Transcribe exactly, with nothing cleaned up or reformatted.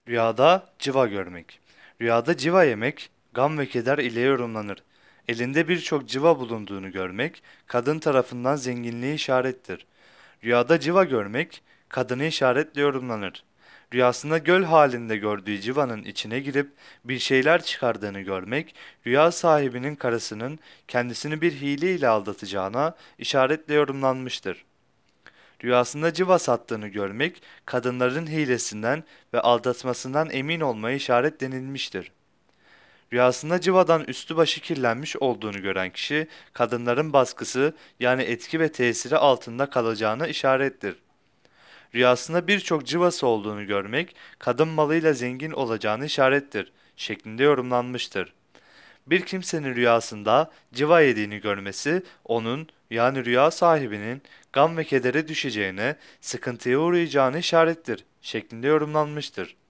Rüyada civa görmek. Rüyada civa yemek, gam ve keder ile yorumlanır. Elinde birçok civa bulunduğunu görmek, kadın tarafından zenginliği işarettir. Rüyada civa görmek, kadını işaretle yorumlanır. Rüyasında göl halinde gördüğü civanın içine girip bir şeyler çıkardığını görmek, rüya sahibinin karısının kendisini bir hile ile aldatacağına işaretle yorumlanmıştır. Rüyasında civa sattığını görmek, kadınların hilesinden ve aldatmasından emin olmaya işaret denilmiştir. Rüyasında civadan üstü başı kirlenmiş olduğunu gören kişi, kadınların baskısı yani etki ve tesiri altında kalacağına işarettir. Rüyasında birçok cıvası olduğunu görmek, kadın malıyla zengin olacağını işarettir şeklinde yorumlanmıştır. Bir kimsenin rüyasında civa yediğini görmesi, onun yani rüya sahibinin gam ve kedere düşeceğine, sıkıntıya uğrayacağını işarettir şeklinde yorumlanmıştır.